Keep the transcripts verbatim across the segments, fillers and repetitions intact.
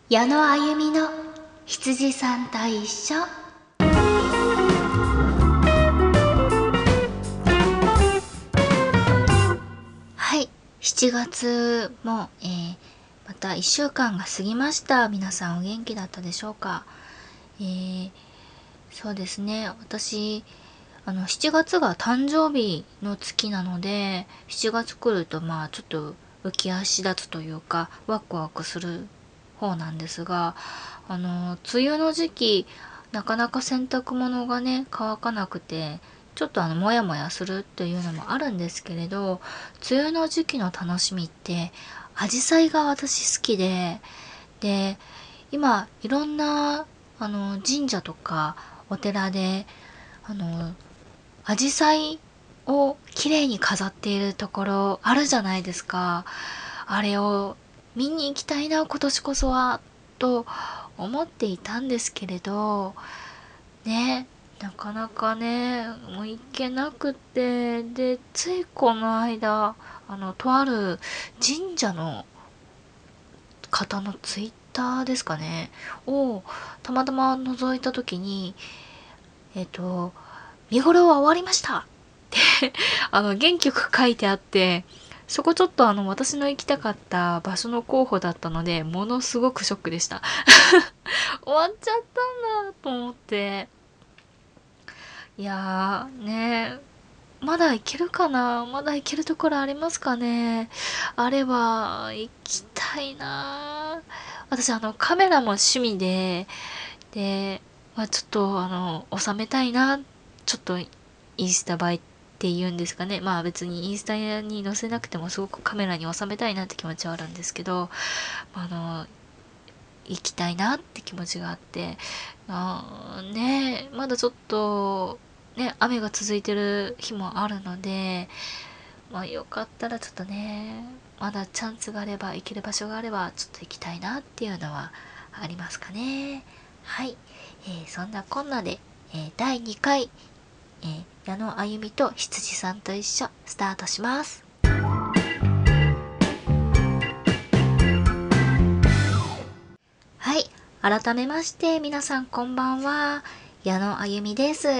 矢野あゆみの羊さんと一緒。はい、しちがつも、えー、またいっしゅうかんが過ぎました。皆さんお元気だったでしょうか。えー、そうですね、私あのしちがつが誕生日の月なので、しちがつ来るとまあちょっと浮き足立つというかワクワクする方なんですが、あの梅雨の時期なかなか洗濯物がね乾かなくて、ちょっとあのモヤモヤするっていうのもあるんですけれど、梅雨の時期の楽しみってアジサイが私好きで、で今いろんなあの神社とかお寺であのアジサイを綺麗に飾っているところあるじゃないですか。あれを見に行きたいな今年こそはと思っていたんですけれどね、なかなかねもう行けなくて、でついこの間あのとある神社の方のツイッターですかねをたまたま覗いた時に、えっと見頃は終わりましたってあの原曲書いてあって、そこちょっとあの私の行きたかった場所の候補だったのでものすごくショックでした。終わっちゃったんだと思って、いやーね、まだ行けるかな、まだ行けるところありますかね。あれば行きたいな。私あのカメラも趣味で、で、まあ、ちょっとあの収めたいな、ちょっとインスタ映えっていうんですかね、まあ別にインスタに載せなくてもすごくカメラに収めたいなって気持ちはあるんですけど、あの行きたいなって気持ちがあって、あーね、まだちょっとね雨が続いてる日もあるので、まあよかったらちょっとね、まだチャンスがあれば行ける場所があればちょっと行きたいなっていうのはありますかね。はい、えーそんなこんなで、えーだいにかい、えー矢野あゆみと羊さんと一緒スタートします。はい、改めまして皆さんこんばんは、矢野あゆみです。はい、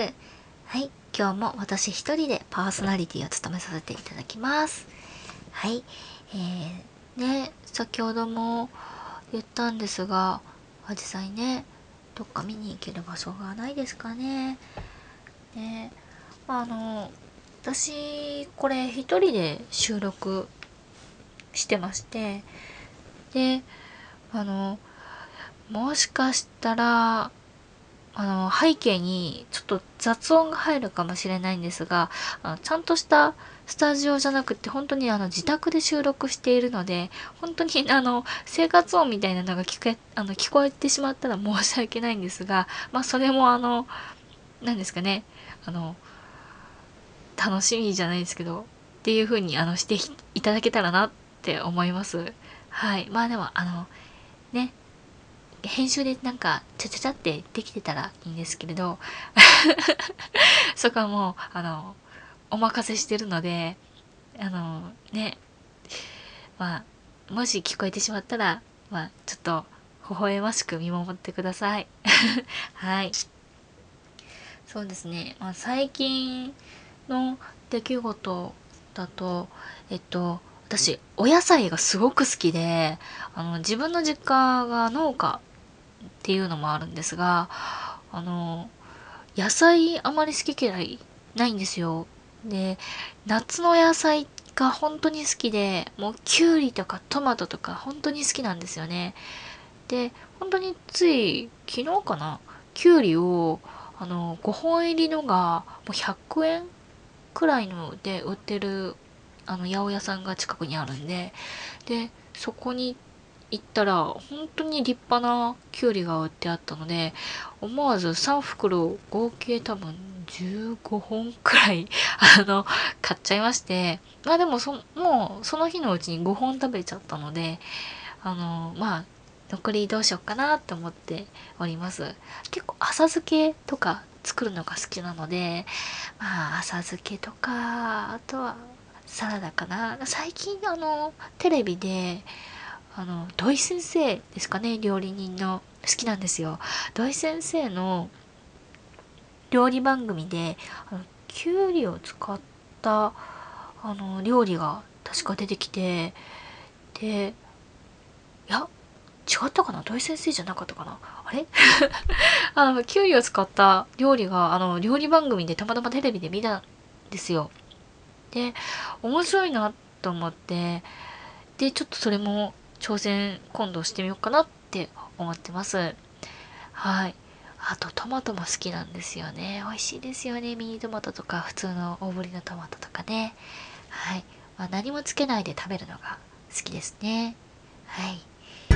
今日も私一人でパーソナリティを務めさせていただきます。はい、えー、ね、先ほども言ったんですが、アジサイね、どっか見に行ける場所がないですかね。ね、あの、私、これ一人で収録してまして、で、あの、もしかしたら、あの、背景にちょっと雑音が入るかもしれないんですが、あのちゃんとしたスタジオじゃなくて本当にあの自宅で収録しているので、本当にあの生活音みたいなのが聞こえ、あの聞こえてしまったら申し訳ないんですが、まあそれもあの、何ですかね、あの、楽しみじゃないですけど、っていう風にあのしていただけたらなって思います。はい。まあでもあの、ね、編集でなんかちゃちゃちゃってできてたらいいんですけれどそこはもうあのお任せしてるので、あのね、まあもし聞こえてしまったら、まあちょっと微笑ましく見守ってください。はい、そうですね、まあ、最近の出来事だと、えっと私お野菜がすごく好きで、あの自分の実家が農家っていうのもあるんですが、あの野菜あまり好き嫌いないんですよ。で、夏の野菜が本当に好きで、もうキュウリとかトマトとか本当に好きなんですよね。で、本当につい昨日かな、キュウリをあのごほん入りのがもうひゃくえんくらいので売ってるあの八百屋さんが近くにあるんで、でそこに行ったら本当に立派なキュウリが売ってあったので、思わずさん袋合計多分じゅうごほんくらいあの買っちゃいまして、まあでもそもうその日のうちにごほん食べちゃったので、あのまあ残りどうしようかなって思っております。結構浅漬けとか作るのが好きなので、まあ浅漬けとか、あとはサラダかな。最近あのテレビであの土井先生ですかね、料理人の好きなんですよ。土井先生の料理番組であのきゅうりを使ったあの料理が確か出てきて、でいや違ったかな、土井先生じゃなかったかな、あれあのきゅうりを使った料理があの料理番組でたまたまテレビで見たんですよ。で面白いなと思って、でちょっとそれも挑戦今度してみようかなって思ってます。はい。あとトマトも好きなんですよね。美味しいですよね。ミニトマトとか普通の大ぶりのトマトとかね。はい。まあ、何もつけないで食べるのが好きですね。はい。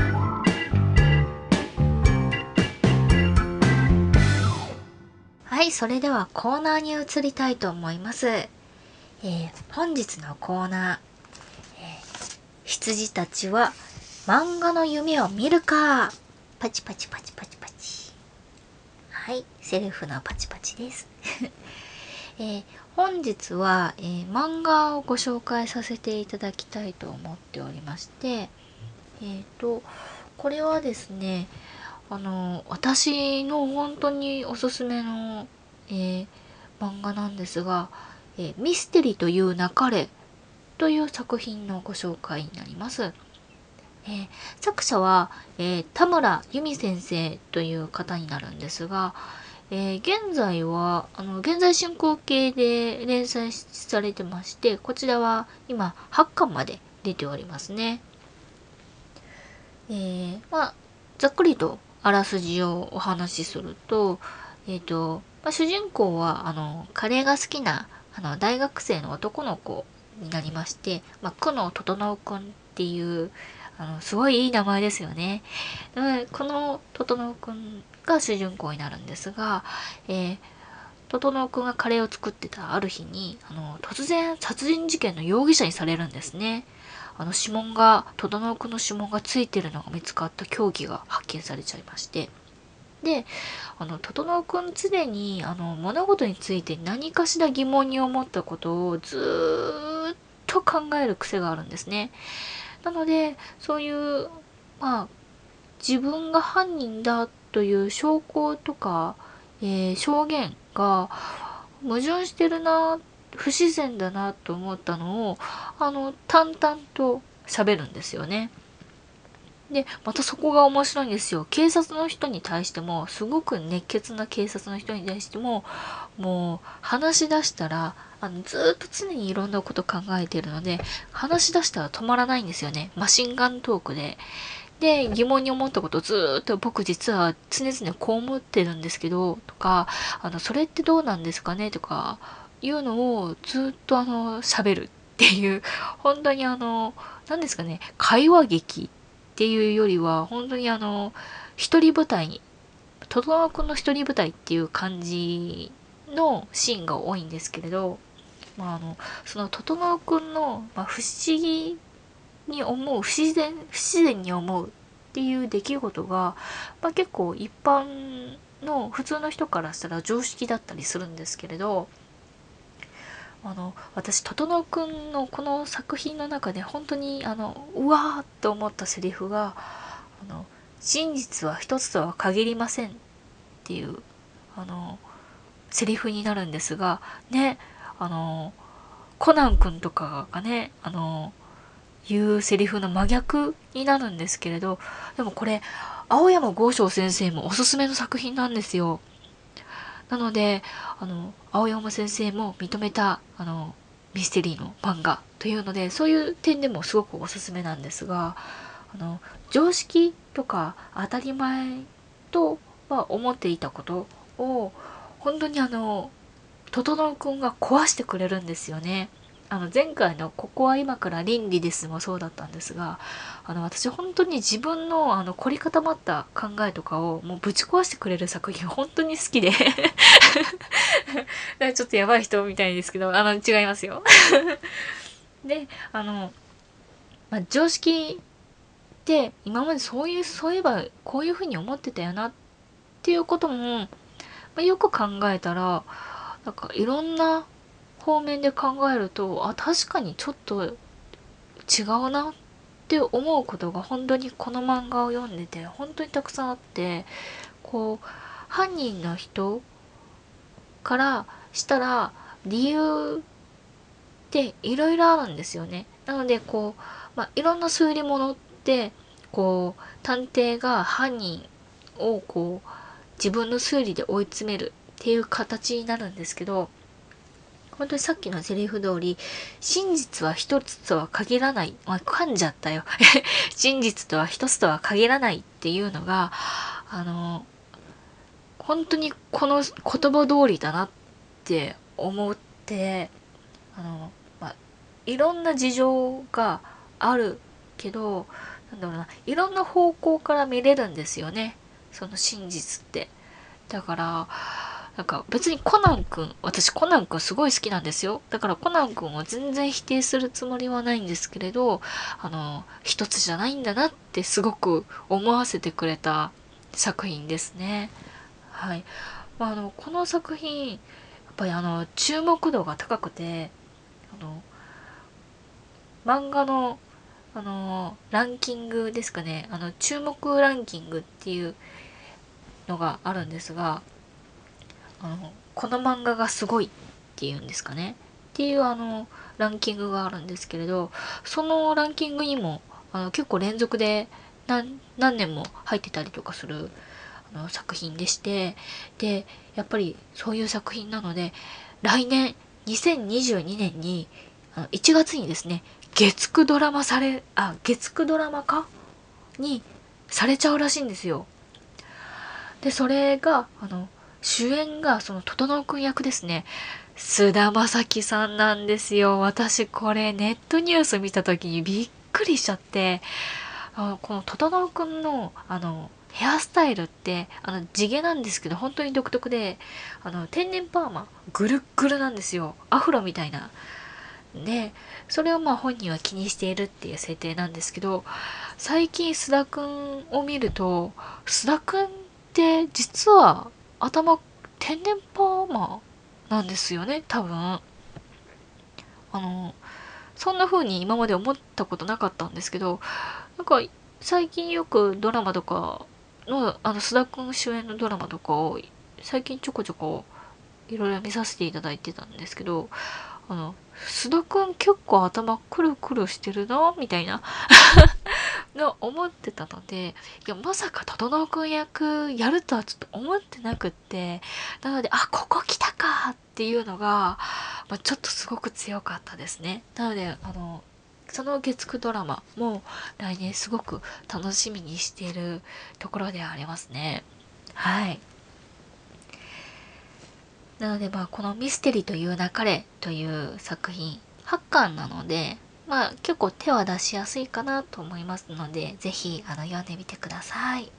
はい、それではコーナーに移りたいと思います。えー、本日のコーナー、えー、羊たちは漫画の夢を見るか。パチパチパチパチパチ。はい、セルフのパチパチです。えー、本日は、えー、漫画をご紹介させていただきたいと思っておりまして、えーと、これはですね、あの、私の本当におすすめの、えー、漫画なんですが、えー、ミステリという流れという作品のご紹介になります。えー、作者は、えー、田村由美先生という方になるんですが、えー、現在はあの現在進行形で連載されてまして、こちらは今はっかんまで出ておりますね。えー、まあざっくりとあらすじをお話しすると、えっ、ー、と、まあ、主人公はあのカレーが好きなあの大学生の男の子になりまして、まあ、久野整くんっていうあのすごいいい名前ですよね。でこの整くんが主人公になるんですが、えー、整くんがカレーを作ってたある日にあの突然殺人事件の容疑者にされるんですね。あの指紋が整くんの指紋がついてるのが見つかった凶器が発見されちゃいまして、であの整くん常にあの物事について何かしら疑問に思ったことをずーっと考える癖があるんですね。なのでそういうまあ自分が犯人だという証拠とか、えー、証言が矛盾してるな、不自然だなと思ったのをあの淡々と喋るんですよね。でまたそこが面白いんですよ。警察の人に対してもすごく熱血な警察の人に対してももう話し出したらあのずっと常にいろんなこと考えているので、話し出したら止まらないんですよね。マシンガントークで。で疑問に思ったことをずーっと僕実は常々こう思ってるんですけどとか、あのそれってどうなんですかねとかいうのをずっとあの喋るっていう本当にあの何ですかね、会話劇っていうよりは本当にあの一人舞台に整君の一人舞台っていう感じのシーンが多いんですけれど、まあ、あのその整君の、まあ、不思議に思う不自然不自然に思うっていう出来事が、まあ、結構一般の普通の人からしたら常識だったりするんですけれど、あの私整君のこの作品の中で本当にあのうわーって思ったセリフが、あの真実は一つとは限りませんっていうあのセリフになるんですがね、あのコナン君とかがねあのいうセリフの真逆になるんですけれど、でもこれ青山剛昌先生もおすすめの作品なんですよ。なのであの青山先生も認めたあのミステリーの漫画というので、そういう点でもすごくおすすめなんですが、あの常識とか当たり前とは思っていたことを本当にあの整くんが壊してくれるんですよね。あの前回のここは今から倫理ですもそうだったんですが、あの私本当に自分のあの凝り固まった考えとかをもうぶち壊してくれる作品本当に好きでちょっとやばい人みたいですけど、あの違いますよであの、まあ、常識って今までそういうそういえばこういうふうに思ってたよなっていうことも、まあ、よく考えたらなんかいろんな方面で考えると、あ、確かにちょっと違うなっって思うことが本当にこの漫画を読んでて本当にたくさんあって、こう犯人の人からしたら理由っていろいろあるんですよね。なのでこう、まあ、いろんな推理物ってこう探偵が犯人をこう自分の推理で追い詰めるっていう形になるんですけど、本当にさっきのセリフ通り、真実は一つとは限らない。あ、噛んじゃったよ。真実とは一つとは限らないっていうのが、あの、本当にこの言葉通りだなって思って、あの、まあ、いろんな事情があるけど、なんだろうな、いろんな方向から見れるんですよね。その真実って。だから、なんか別にコナン君、私コナン君すごい好きなんですよ。だからコナン君を全然否定するつもりはないんですけれど、あの、一つじゃないんだなってすごく思わせてくれた作品ですね。はい。まあ、あの、この作品、やっぱりあの、注目度が高くて、あの、漫画の、あの、ランキングですかね、あの、注目ランキングっていうのがあるんですが、あの、この漫画がすごいっていうんですかね。っていうあの、ランキングがあるんですけれど、そのランキングにも、あの、結構連続で何、何年も入ってたりとかする、あの、作品でして、で、やっぱりそういう作品なので、来年、にせんにじゅうにねんに、あの、いちがつにですね、月9ドラマされ、あ、月9ドラマ化にされちゃうらしいんですよ。で、それが、あの、主演が、その、整君役ですね。菅田将暉さんなんですよ。私、これ、ネットニュース見た時にびっくりしちゃって、あのこの整君の、あの、ヘアスタイルって、あの、地毛なんですけど、本当に独特で、あの、天然パーマ、ぐるっぐるなんですよ。アフロみたいな。で、それをまあ本人は気にしているっていう設定なんですけど、最近須田くんを見ると、須田くんって実は頭天然パーマなんですよね、多分。あの、そんな風に今まで思ったことなかったんですけど、なんか最近よくドラマとかの、あの須田くん主演のドラマとかを最近ちょこちょこいろいろ見させていただいてたんですけど、あの、須田くん結構頭くるくるしてるな、みたいなの思ってたので、いや、まさか整くん役やるとはちょっと思ってなくって、なので、あ、ここ来たかっていうのが、まあ、ちょっとすごく強かったですね。なので、あの、その月9ドラマも来年すごく楽しみにしているところではありますね。はい。なのでまあこのミステリという流れという作品はっかんなので、まあ結構手は出しやすいかなと思いますので、ぜひあの読んでみてください。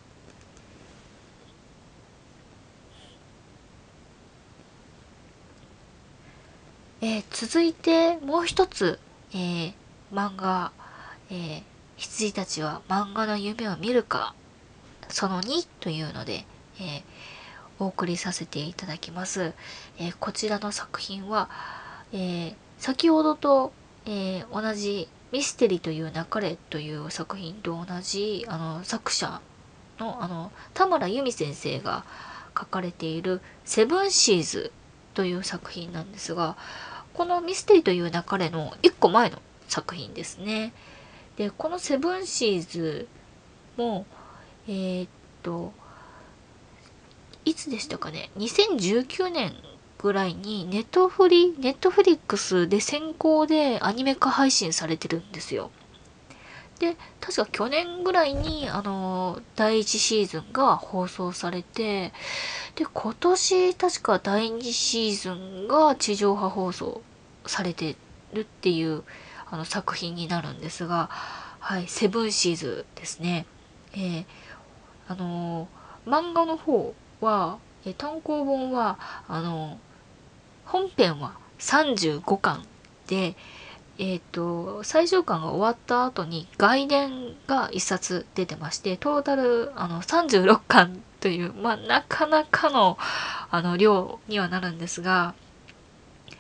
えー続いてもう一つ、えー漫画、えー羊たちは漫画の夢を見るかそのにというので、えーお送りさせていただきます。えーこちらの作品は、えー先ほどと、えー同じミステリという流れという作品と同じあの作者のあの田村由美先生が書かれているセブンシーズという作品なんですが、このミステリという流れのいっこまえの作品ですね。で、このセブンシーズも、えーっと、いつでしたかね、にせんじゅうきゅうねんぐらいにネットフリ、ネットフリックスで先行でアニメ化配信されてるんですよ。で、確か去年ぐらいに、あの、だいいちシーズンが放送されて、で、今年確かだいにシーズンが地上波放送されてるっていうあの作品になるんですが、はい、セブンシーズですね。えー、あのー漫画の方は、えー単行本は、あのー本編はさんじゅうごかんで、えっ、と、最終巻が終わった後に外伝がいっさつ出てまして、トータルあのさんじゅうろっかんという、まあ、なかなかのあの量にはなるんですが、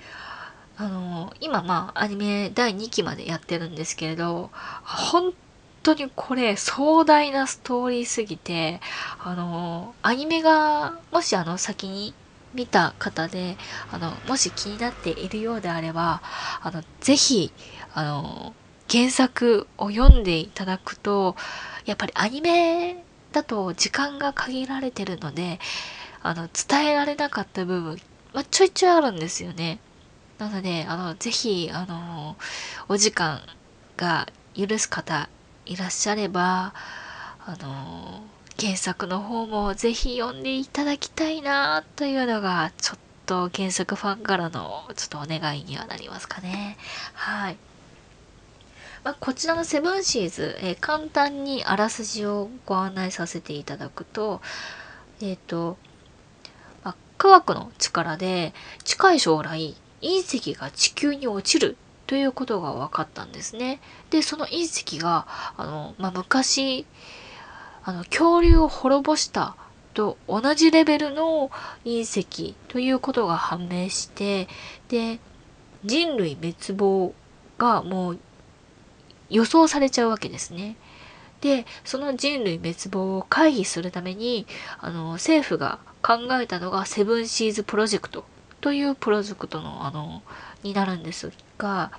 あの今まあアニメだいにきまでやってるんですけれど、本当にこれ壮大なストーリーすぎて、あの、アニメが、もしあの先に見た方で、あの、もし気になっているようであれば、あの、ぜひ、あの、原作を読んでいただくと、やっぱりアニメだと時間が限られてるので、あの、伝えられなかった部分、まあ、ちょいちょいあるんですよね。なので、あの、ぜひ、あの、お時間が許す方いらっしゃれば、あの、原作の方もぜひ読んでいただきたいなというのが、ちょっと原作ファンからのちょっとお願いにはなりますかね。はい。まあ、こちらのセブンシーズ、えー簡単にあらすじをご案内させていただくと、えっ、と、まあ、科学の力で近い将来隕石が地球に落ちるということが分かったんですね。で、その隕石が、あの、まあ、昔、あの、恐竜を滅ぼしたと同じレベルの隕石ということが判明して、で、人類滅亡がもう予想されちゃうわけですね。で、その人類滅亡を回避するために、あの、政府が考えたのがセブンシーズプロジェクトというプロジェクトの、あの、になるんですが、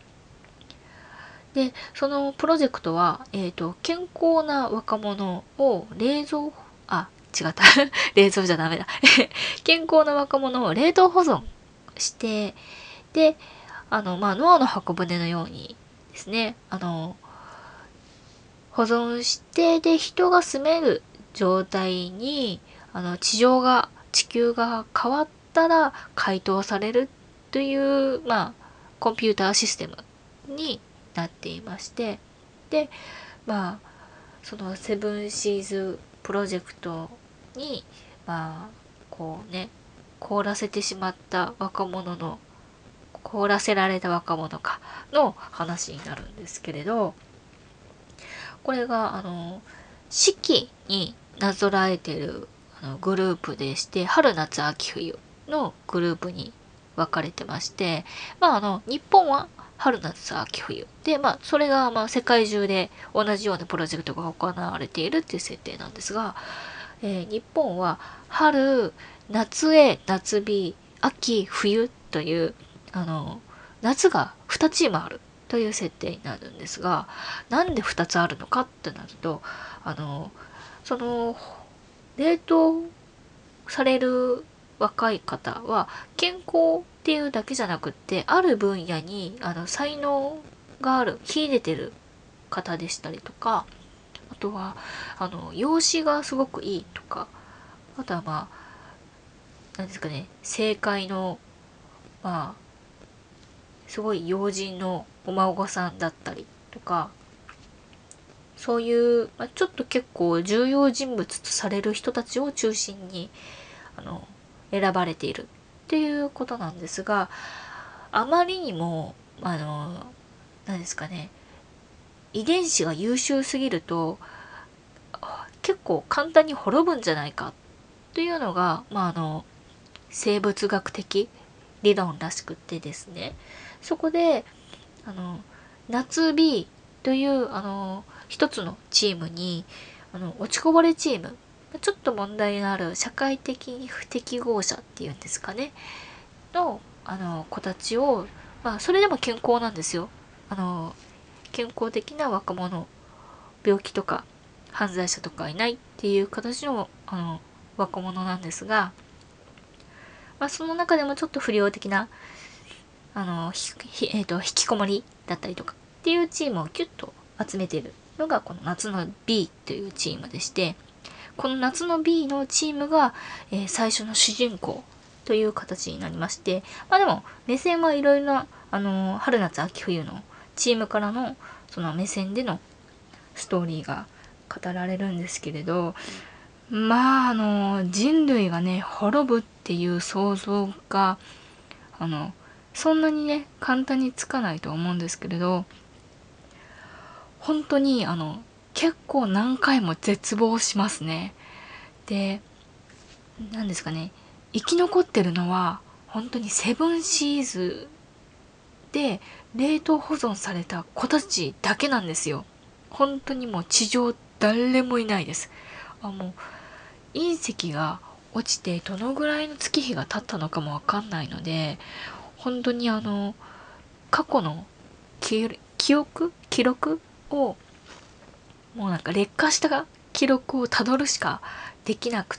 で、そのプロジェクトは、えっと、健康な若者を冷蔵、あ、違った。冷蔵じゃダメだ。健康な若者を冷凍保存して、で、あの、まあ、ノアの箱舟のようにですね、あの、保存して、で、人が住める状態に、あの、地上が、地球が変わったら解凍されるという、まあ、コンピューターシステムになっていまして、で、まあ、そのセブンシーズプロジェクトに、まあ、こうね、凍らせてしまった若者の、凍らせられた若者か、の話になるんですけれど、これが、あの、四季になぞらえてるあのグループでして、春夏秋冬のグループに分かれてまして、まあ、あの、日本は春夏秋冬。で、まあ、それが、まあ、世界中で同じようなプロジェクトが行われているっていう設定なんですが、えー日本は春、夏へ夏日、秋、冬という、あの、夏がにチームあるという設定になるんですが、なんでふたつあるのかってなると、あの、その、冷凍される若い方は、健康っていうだけじゃなくって、ある分野に、あの、才能がある、秀でてる方でしたりとか、あとは、あの、容姿がすごくいいとか、あとはまあ、なんですかね、政界の、まあ、すごい要人のお孫さんだったりとか、そういう、まあ、ちょっと結構重要人物とされる人たちを中心に、あの、選ばれているっていうことなんですが、あまりにも、あの、何ですかね、遺伝子が優秀すぎると、結構簡単に滅ぶんじゃないかというのが、まあ、あの、生物学的理論らしくってですね。そこで、あの、夏 B という、あの、一つのチームに、あの、落ちこぼれチーム、ちょっと問題のある社会的に不適合者っていうんですかね、の、あの、子たちを、まあ、それでも健康なんですよ。あの、健康的な若者、病気とか、犯罪者とかいないっていう形の、あの、若者なんですが、まあ、その中でもちょっと不良的な、あの、ひひえーと、引きこもりだったりとかっていうチームをキュッと集めているのがこの夏の B というチームでして、この夏の B のチームが、えー最初の主人公という形になりまして、まあでも目線はいろいろな、あのー春夏秋冬のチームからのその目線でのストーリーが語られるんですけれど、まああの人類がね滅ぶっていう想像があのそんなにね簡単につかないと思うんですけれど、本当にあの結構何回も絶望しますね。で、何ですかね、生き残ってるのは本当にセブンシーズで冷凍保存された子たちだけなんですよ。 本当にもう地上誰もいないです。あ、もう隕石が落ちてどのぐらいの月日が経ったのかもわかんないので、本当にあの過去の記記憶記録を、もうなんか劣化した記録をたどるしかできなくって、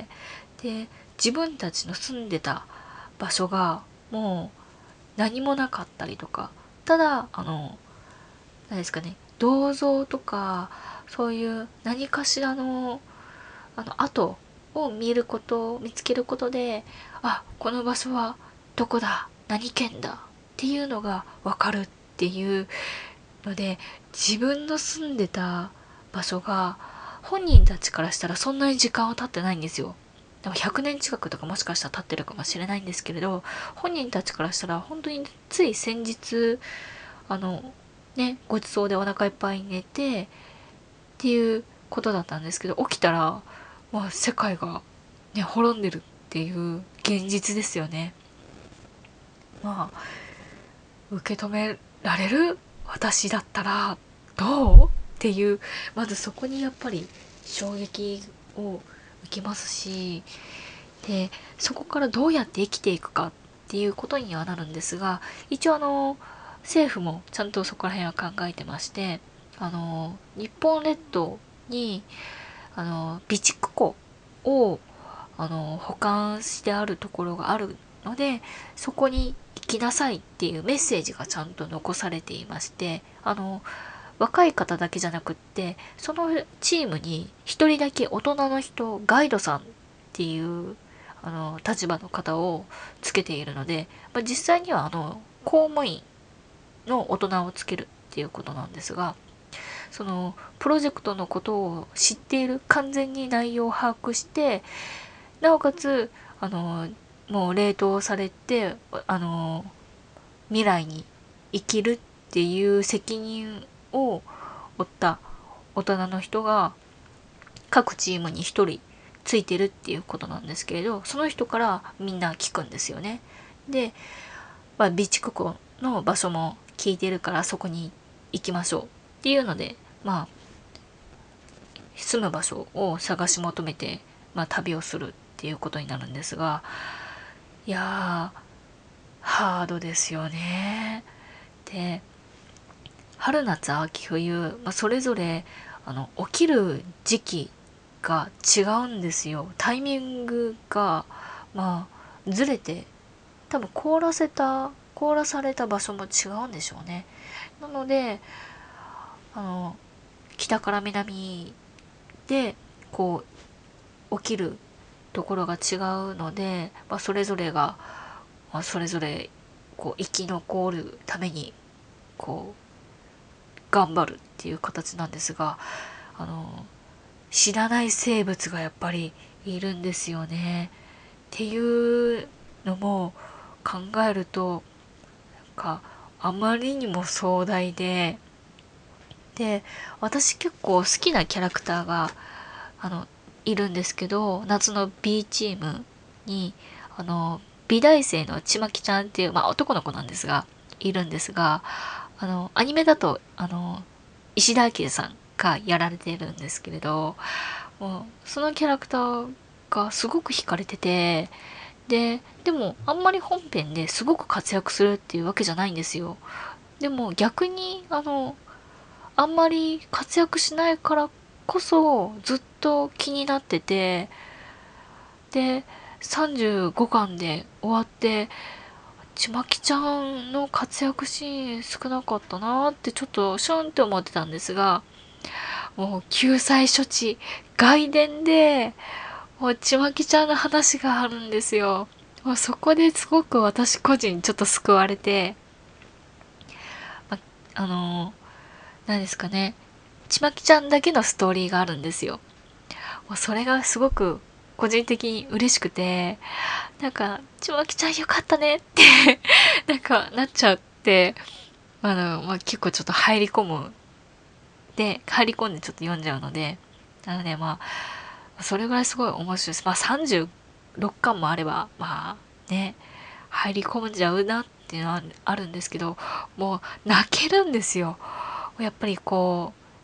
で自分たちの住んでた場所がもう何もなかったりとか、ただあの何ですかね、銅像とかそういう何かしらのあの跡を見ること見つけることで、あ、この場所はどこだ、何県だっていうのがわかるっていうので、自分の住んでた場所が本人たちからしたらそんなに時間は経ってないんですよ。でもひゃくねん近くとかもしかしたら経ってるかもしれないんですけれど、本人たちからしたら本当につい先日あのね、ごちそうでお腹いっぱいに寝てっていうことだったんですけど、起きたら、まあ、世界がね滅んでるっていう現実ですよね。まあ受け止められる私だったらどうっていう、まずそこにやっぱり衝撃を受けますし、でそこからどうやって生きていくかっていうことにはなるんですが、一応あの政府もちゃんとそこら辺は考えてまして、あの日本列島にあの備蓄庫をあの保管してあるところがあるので、そこに行きなさいっていうメッセージがちゃんと残されていまして、あの若い方だけじゃなくって、そのチームに一人だけ大人の人、ガイドさんっていうあの立場の方をつけているので、まあ、実際にはあの公務員の大人をつけるっていうことなんですが、そのプロジェクトのことを知っている、完全に内容を把握して、なおかつあのもう冷凍されてあの未来に生きるっていう責任を負った大人の人が各チームに一人ついてるっていうことなんですけれど、その人からみんな聞くんですよね。で、まあ、備蓄庫の場所も聞いてるからそこに行きましょうっていうので、まあ住む場所を探し求めて、まあ、旅をするっていうことになるんですが、いやーハードですよね。で春夏秋冬、まあ、それぞれあの起きる時期が違うんですよ。タイミングがまあずれて、多分凍らせた凍らされた場所も違うんでしょうね。なのであの北から南でこう起きるところが違うので、まあ、それぞれが、まあ、それぞれこう生き残るためにこう頑張るっていう形なんですが、あの知らない生物がやっぱりいるんですよねっていうのも考えると、なんかあまりにも壮大で、で私結構好きなキャラクターがあのいるんですけど、夏の B チームにあの美大生のちまきちゃんっていう、まあ、男の子なんですがいるんですが、あのアニメだとあの石田明さんがやられているんですけれど、もうそのキャラクターがすごく惹かれてて、ででもあんまり本編ですごく活躍するっていうわけじゃないんですよ。でも逆にあのあんまり活躍しないからこそずっと気になってて、でさんじゅうごかんで終わって、ちまきちゃんの活躍シーン少なかったなーってちょっとシュンって思ってたんですが、もう救済処置外伝でもうちまきちゃんの話があるんですよ。もうそこですごく私個人ちょっと救われて、ま、あのー、何ですかね、ちまきちゃんだけのストーリーがあるんですよ。もうそれがすごく個人的に嬉しくて、なんかちまきちゃんよかったねってなんかなっちゃって、あの、まあ、結構ちょっと入り込むで入り込んでちょっと読んじゃうので、なのでまあそれぐらいすごい面白いです。まあさんじゅうろっかんもあればまあね入り込んじゃうなっていうのはあるんですけど、もう泣けるんですよ。やっぱりこ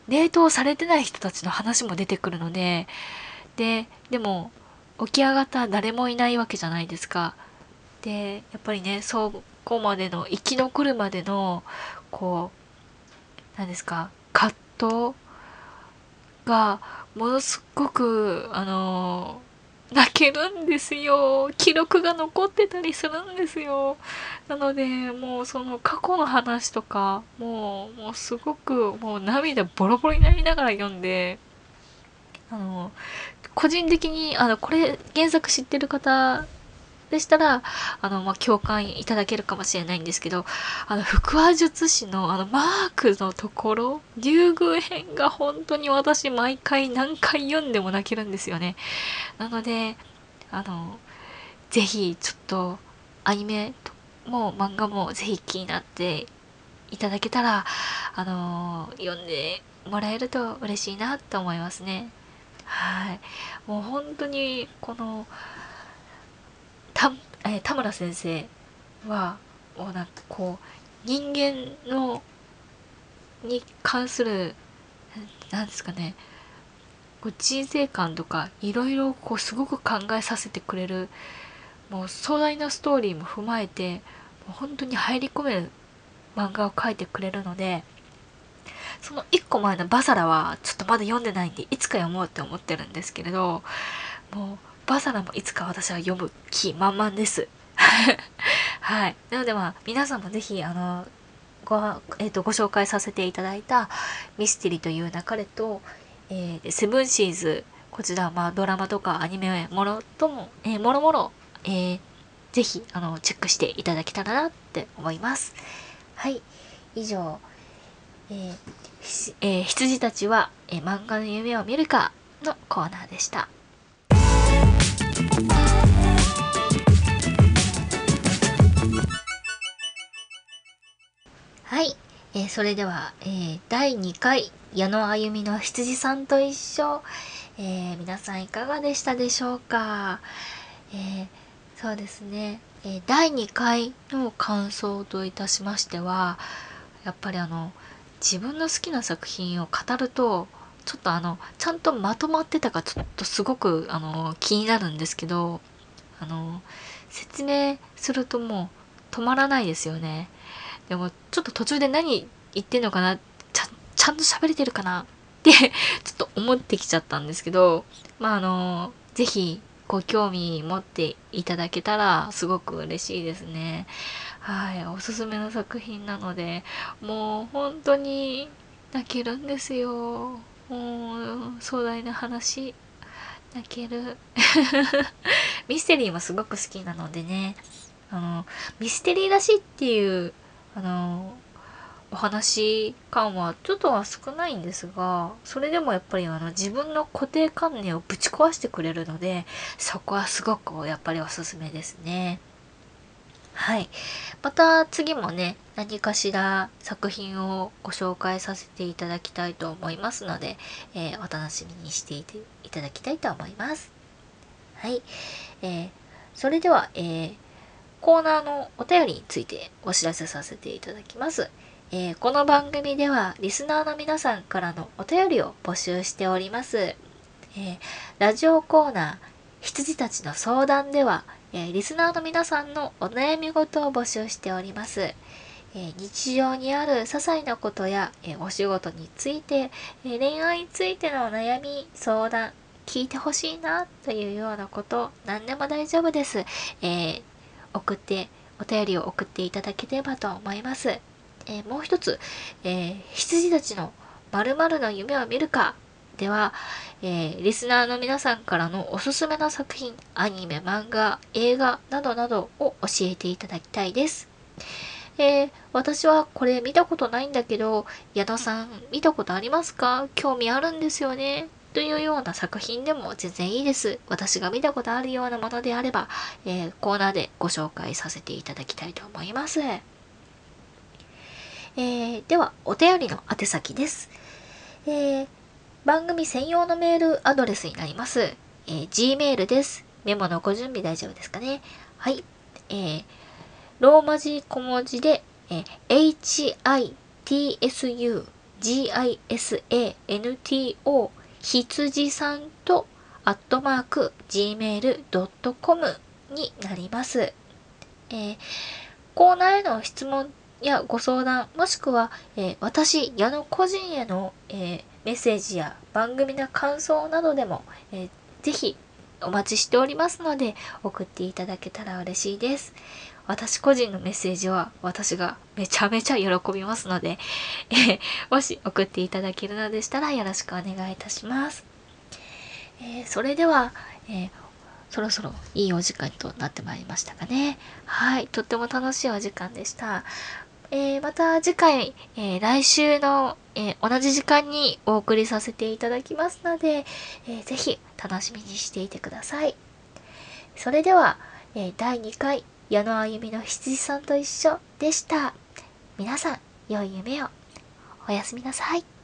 冷凍されてない人たちの話も出てくるので、で、でも、起き上がったら誰もいないわけじゃないですか。で、やっぱりね、そこまでの、生き残るまでの、こう、何ですか、葛藤が、ものすごく、あの泣けるんですよ。記録が残ってたりするんですよ。なので、もうその過去の話とか、もう、もうすごく、もう涙ボロボロになりながら読んで、あの、個人的に、あの、これ原作知ってる方でしたら、あの、まあ、共感いただけるかもしれないんですけど、あの、腹話術師のあの、マークのところ、竜宮編が本当に私毎回何回読んでも泣けるんですよね。なので、あの、ぜひちょっとアニメも漫画もぜひ気になっていただけたら、あのー読んでもらえると嬉しいなと思いますね。はい。もう本当にこのた、えー田村先生はもうなんかこう人間のに関するなんですかね、こう人生観とかいろいろこうすごく考えさせてくれる、もう壮大なストーリーも踏まえて、もう本当に入り込める漫画を描いてくれるので、その一個前のバサラはちょっとまだ読んでないんで、いつか読もうって思ってるんですけれど、もうバサラもいつか私は読む気満々です。はい。なのでまあ、皆さんもぜひ、あの、ご、えーと、ご紹介させていただいたミステリという流れと、えー、セブンシーズ、こちら、まあ、ドラマとかアニメもろとも、えー、もろもろ、えー、ぜひ、あの、チェックしていただけたらなって思います。はい。以上、えーひえー羊たちは、えー漫画の夢を見るかのコーナーでした。はい。えーそれでは、えーだいにかい、矢野あゆみの羊さんと一緒。えー皆さんいかがでしたでしょうか。えーそうですね。えーだいにかいの感想といたしましては、やっぱりあの、自分の好きな作品を語ると、ちょっとあの、ちゃんとまとまってたかちょっとすごくあの、気になるんですけど、あの、説明するともう止まらないですよね。でもちょっと途中で何言ってんのかな、ちゃちゃんと喋れてるかなってちょっと思ってきちゃったんですけど、まああのぜひご興味持っていただけたらすごく嬉しいですね。はい、おすすめの作品なので、もう本当に泣けるんですよ。もう壮大な話、泣ける。ミステリーもすごく好きなのでね、あのミステリーらしいっていうあのお話感はちょっとは少ないんですが、それでもやっぱりあの自分の固定観念をぶち壊してくれるので、そこはすごくやっぱりおすすめですね。はい。また次もね、何かしら作品をご紹介させていただきたいと思いますので、えーお楽しみにしていていただきたいと思います。はい。えーそれでは、えーコーナーのお便りについてお知らせさせていただきます。えーこの番組ではリスナーの皆さんからのお便りを募集しております。えーラジオコーナー羊たちの相談では、えーリスナーの皆さんのお悩み事を募集しております。えー日常にある些細なことや、えーお仕事について、えー恋愛についてのお悩み、相談、聞いてほしいなというようなこと、何でも大丈夫です。えー送って、お便りを送っていただければと思います。えーもう一つ、えー羊たちの〇〇の夢を見るかでは、えーリスナーの皆さんからのおすすめの作品、アニメ、漫画、映画などなどを教えていただきたいです。えー私はこれ見たことないんだけど、矢野さん見たことありますか？興味あるんですよね。というような作品でも全然いいです。私が見たことあるようなものであれば、えーコーナーでご紹介させていただきたいと思います。えーでは、お便りの宛先です。えー番組専用のメールアドレスになります。えー Gmail です。メモのご準備大丈夫ですかね。はい。えーローマ字小文字で、えー エイチアイティーエスユージーアイエスエーエヌティーオー ひつじさんとアットマーク ジーメールドットコム になります。えー、コーナーへの質問やご相談、もしくは、えー、私、矢野個人への、えー、メッセージや番組の感想などでも、えー、ぜひお待ちしておりますので、送っていただけたら嬉しいです。私個人のメッセージは私がめちゃめちゃ喜びますので、えー、もし送っていただけるのでしたらよろしくお願いいたします。えー、それでは、えー、そろそろいいお時間となってまいりましたかね。はい、とっても楽しいお時間でした。えー、また次回、えー、来週の、えー、同じ時間にお送りさせていただきますので、えー、ぜひ楽しみにしていてください。それでは、えー、だいにかい矢野あゆみの羊さんと一緒でした。皆さん、良い夢を。おやすみなさい。